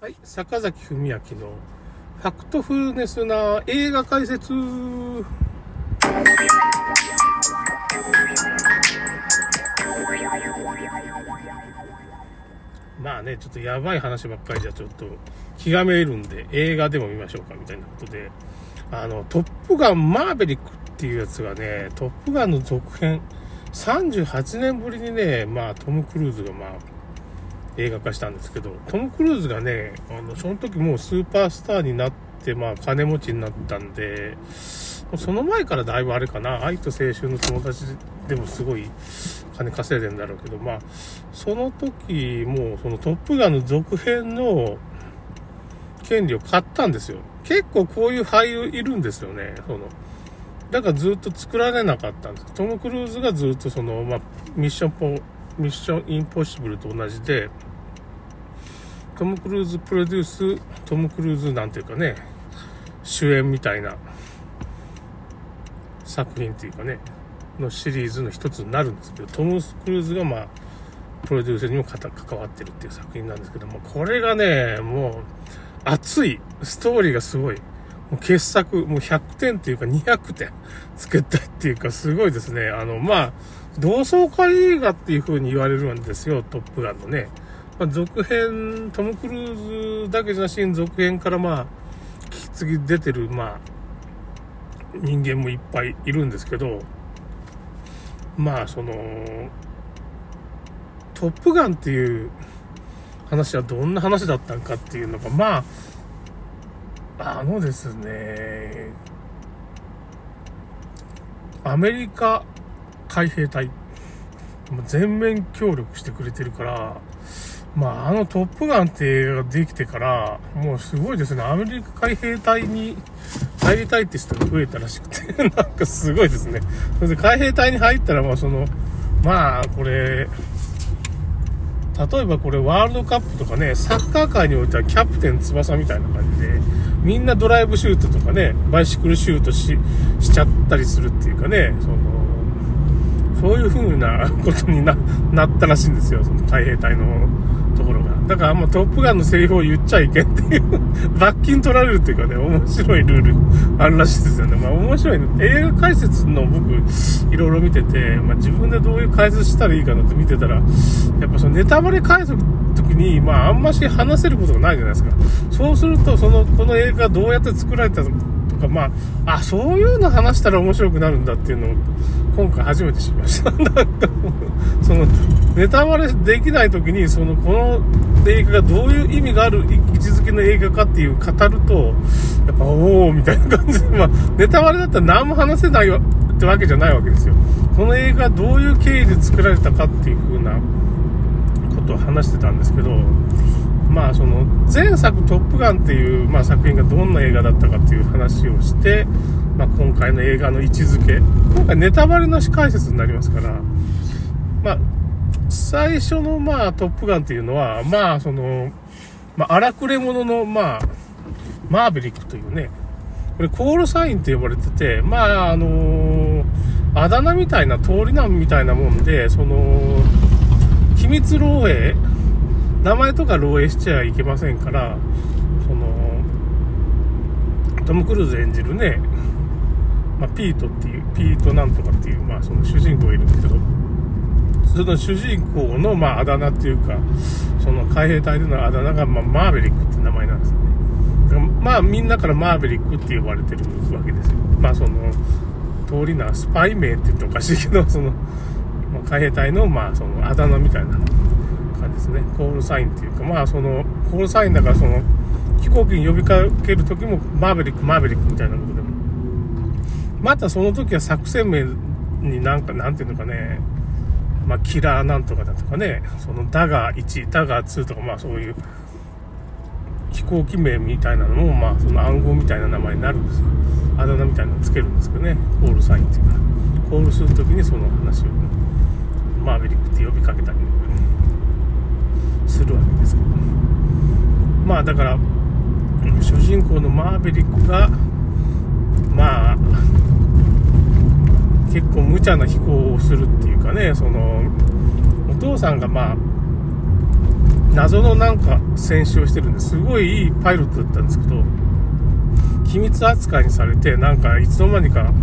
はい、坂崎文明のファクトフルネスな映画解説。まあね、ちょっとやばい話ばっかりじゃちょっと気がめいるんで、映画でも見ましょうかみたいなことで、トップガンマーベリックっていうやつがね、トップガンの続編、38年ぶりにね、トム・クルーズが映画化したんですけど、トム・クルーズがね、その時もうスーパースターになって、金持ちになったんで、その前からだいぶあれかな、愛と青春の友達でもすごい金稼いでんだろうけど、その時もうそのトップガンの続編の権利を買ったんですよ。結構こういう俳優いるんですよね。だからずっと作られなかったんです。トム・クルーズがずっとミッションインポッシブルと同じで、トム・クルーズプロデュース、トム・クルーズなんていうかね、主演みたいな作品っていうかね、のシリーズの一つになるんですけど、トム・クルーズがプロデュースにも関わってるっていう作品なんですけども、これがね、もう熱い、ストーリーがすごい、もう傑作、もう100点っていうか200点つけたいっていうか、すごいですね。同窓会映画っていう風に言われるんですよ、トップガンのね。続編、トム・クルーズだけじゃなしに続編から引き継ぎ出てる、人間もいっぱいいるんですけど、トップガンっていう話はどんな話だったのかっていうのが、ですね、アメリカ海兵隊全面協力してくれてるから、トップガンって映画ができてからもうすごいですね。アメリカ海兵隊に入りたいって人が増えたらしくてなんかすごいですね。それで海兵隊に入ったらこれ例えばこれワールドカップとかね、サッカー界においてはキャプテン翼みたいな感じで、みんなドライブシュートとかね、バイシクルシュート しちゃったりするっていうかね、そういう風なことに なったらしいんですよ、その海兵隊のところが。だからトップガンのセリフを言っちゃいけんっていう罰金取られるっていうかね、面白いルールあるらしいですよね。面白いね。映画解説の僕いろいろ見てて、自分でどういう解説したらいいかなって見てたら、やっぱそのネタバレ解説の時にあんまし話せることがないじゃないですか。そうするとこの映画どうやって作られたとか、そういうの話したら面白くなるんだっていうのを今回初めて知りました。ネタバレできない時にこの映画がどういう意味がある位置づけの映画かっていう語ると、やっぱおーみたいな感じで、ネタバレだったら何も話せないってわけじゃないわけですよ。この映画どういう経緯で作られたかっていう風なことを話してたんですけど、前作トップガンっていう、作品がどんな映画だったかっていう話をして、今回の映画の位置づけ、今回ネタバレなし解説になりますから、最初のトップガンっていうのは荒くれ者のマーベリックというね、これコールサインって呼ばれてて、あだ名みたいな、通り名みたいなもんで、機密漏洩、名前とか漏洩しちゃいけませんから、トム・クルーズ演じるね、ピートなんとかっていう、その主人公がいるんですけど、その主人公のあだ名っていうか、その海兵隊でのあだ名がマーベリックって名前なんですよね。だからみんなからマーベリックって呼ばれてるわけですよ。通りなスパイ名って言うとおかしいけど、海兵隊のそのあだ名みたいな感じですね。コールサインっていうか、コールサインだから飛行機に呼びかける時もマーベリックみたいなことでも、またその時は作戦名になんていうのかね、キラーなんとかだとかね、ダガー1、ダガー2とか、そういう飛行機名みたいなのも、その暗号みたいな名前になるんですよ。あだ名みたいなのつけるんですけどね、コールサインっていうか、コールするときにその話を、マーベリックって呼びかけたりするわけですけど、だから主人公のマーベリックが結構無茶な飛行をするっていうかね、お父さんが謎のなんか戦死をしてるんですごいいいパイロットだったんですけど、機密扱いにされて、なんかいつの間にか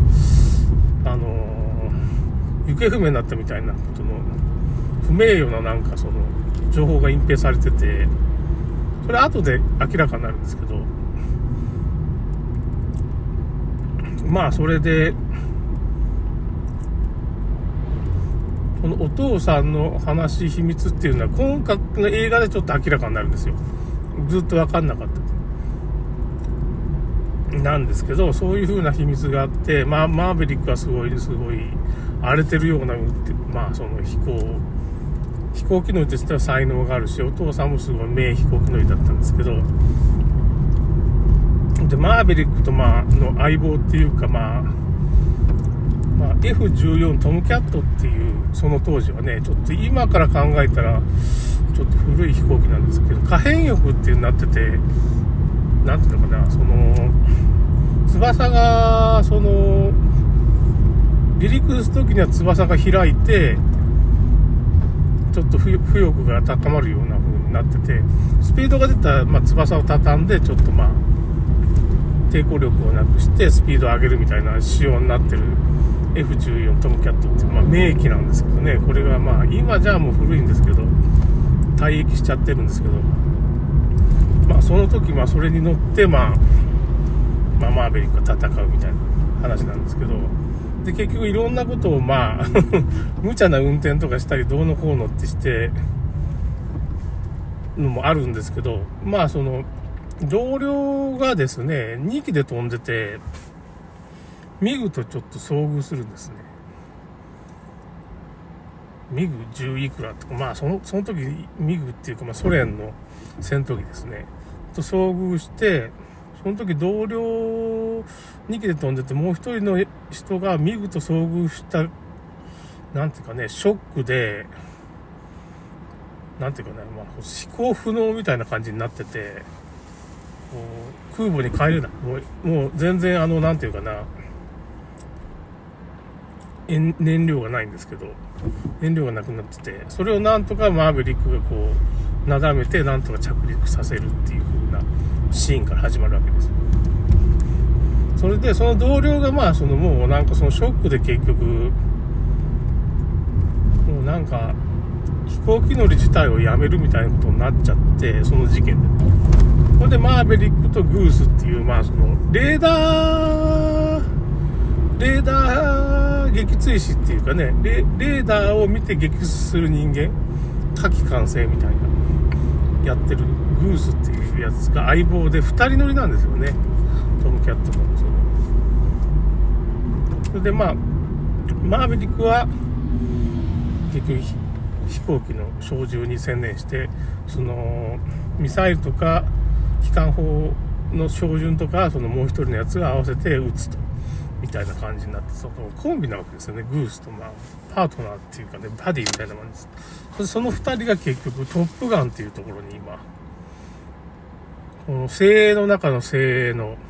行方不明になったみたいなことの不名誉ななんかその情報が隠蔽されてて、それ後で明らかになるんですけど、まあそれでこのお父さんの話、秘密っていうのは今回の映画でちょっと明らかになるんですよ。ずっと分かんなかったなんですけど、そういう風な秘密があって、まあマーヴェリックはすごい荒れてるような、まあその飛行機乗りとしては才能があるし、お父さんもすごい名飛行機乗りだったんですけど、でマーヴェリックとの相棒っていうか、F14 トムキャットっていう、その当時はね、ちょっと今から考えたらちょっと古い飛行機なんですけど、可変翼っていうなってて、なんていうのかな、その翼が離陸する時には翼が開いて、ちょっと浮力が高まるような風になってて、スピードが出たら、翼を畳んでちょっと抵抗力をなくしてスピードを上げるみたいな仕様になってる F14 トムキャットっていう、名機なんですけどね、これが今じゃもう古いんですけど、退役しちゃってるんですけど、その時それに乗ってマーヴェリックが戦うみたいな話なんですけど、で結局いろんなことを無茶な運転とかしたりどうのこうのってしてのもあるんですけど、その同僚がですね2機で飛んでてミグとちょっと遭遇するんですね。ミグ10いくらとか、その時ミグっていうか、ソ連の戦闘機ですねと遭遇して、その時同僚2機で飛んでて、もう一人の人がミグと遭遇したなんていうかね、ショックでなんていうかね、飛行不能みたいな感じになってて、空母に帰れない、もう全然なんていうかな、燃料がないんですけど、燃料がなくなってて、それをなんとかマーヴェリックがなだめてなんとか着陸させるっていう風なシーンから始まるわけです。それでその同僚がもうなんかそのショックで結局もうなんか飛行機乗り自体をやめるみたいなことになっちゃって、その事件で、それでマーヴェリックとグースっていうそのレーダー撃墜士っていうかね、レーダーを見て撃墜する人間、火器管制みたいなやってるグースっていうやつが相棒で2人乗りなんですよね、トムキャットの。それでマーヴェリックは結局飛行機の操縦に専念して、そのミサイルとか機関砲の照準とか、そのもう一人のやつが合わせて撃つとみたいな感じになって、そのコンビなわけですよね、グースとパートナーっていうかね、バディみたいなもんです。その2人が結局トップガンっていうところに今、この精鋭の中の精鋭の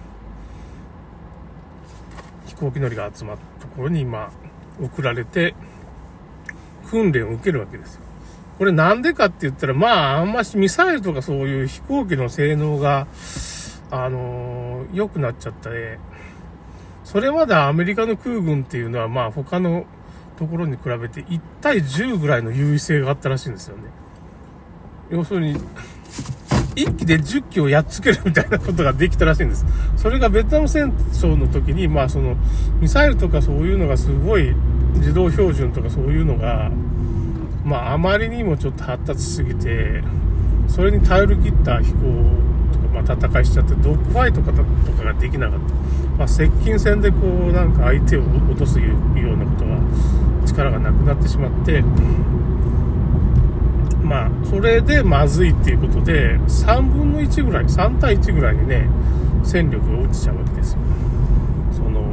飛行機乗りが集まったところに今送られて訓練を受けるわけですよ。これなんでかって言ったら、あんましミサイルとかそういう飛行機の性能が良くなっちゃったね。それまでアメリカの空軍っていうのは他のところに比べて1対10ぐらいの優位性があったらしいんですよね。要するに1機で10機をやっつけるみたいなことができたらしいんです。それがベトナム戦争の時にそのミサイルとかそういうのがすごい自動標準とかそういうのがあまりにもちょっと発達しすぎて、それに頼り切った飛行とか戦いしちゃって、ドッグファイトとかができなかった。接近戦でなんか相手を落とすようなことが力がなくなってしまって、それでまずいっていうことで3分の1ぐらい、3対1ぐらいにね戦力が落ちちゃうわけですよ。その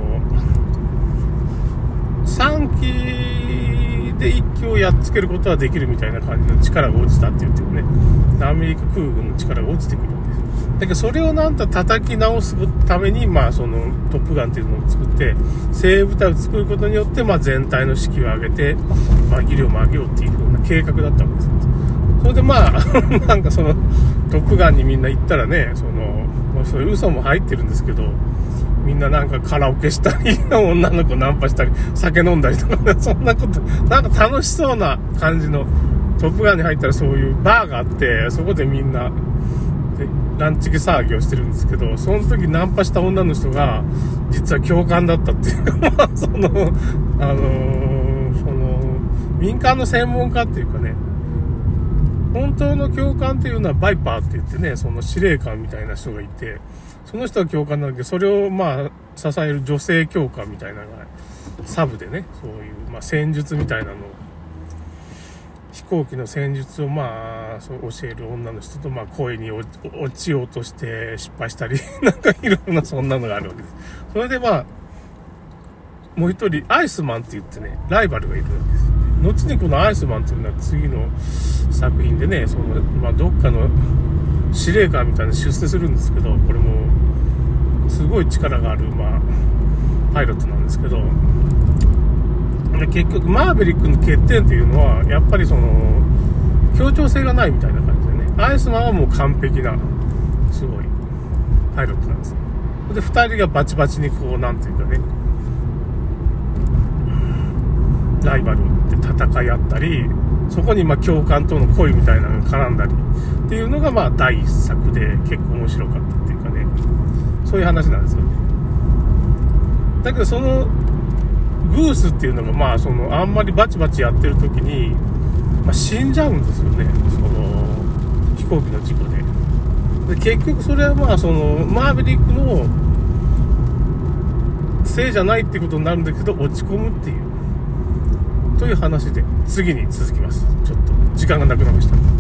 3機で1機をやっつけることはできるみたいな感じの力が落ちたって言ってもね、アメリカ空軍の力が落ちてくるわけです。だけどそれをなんと叩き直すためにそのトップガンっていうのを作って精鋭部隊を作ることによって全体の士気を上げて技量も上げようっていう風な計画だったわけです。 それでまあなんかそのトップガンにみんな行ったらね、そういう嘘も入ってるんですけど、みんななんかカラオケしたり女の子ナンパしたり酒飲んだりとか、ね、そんなことなんか楽しそうな感じの、トップガンに入ったらそういうバーがあって、そこでみんなでランチ騒ぎをしてるんですけど、その時ナンパした女の人が実は教官だったっていうか民間の専門家っていうかね、本当の教官っていうのはバイパーって言ってね、その司令官みたいな人がいて、その人は教官なんだけど、それをまあ支える女性教官みたいなのがサブでね、そういうまあ戦術みたいなのを、飛行機の戦術をまあそう教える女の人とまあ恋に落ちようとして失敗したりなんかいろんなそんなのがあるわけです。それでまあもう一人アイスマンって言ってね、ライバルがいるわけです。後にこのアイスマンっていうのは次の作品でね、まあ、どっかの司令官みたいな出世するんですけど、これもすごい力がある、まあ、パイロットなんですけど、結局マーヴェリックの欠点っていうのはやっぱり協調性がないみたいな感じでね、アイスマンはもう完璧なすごいパイロットなんですよ。で2人がバチバチにこうなんていうかね、ライバルで戦い合ったり、そこにまあ教官との恋みたいなのが絡んだりっていうのがまあ第一作で結構面白かったっていうかね、そういう話なんですよね。だけどそのグースっていうのがまああんまりバチバチやってる時に、まあ、死んじゃうんですよね、飛行機の事故で。結局それはまあマーヴェリックのせいじゃないってことになるんだけど、落ち込むっていうという話で次に続きます。ちょっと時間がなくなりました。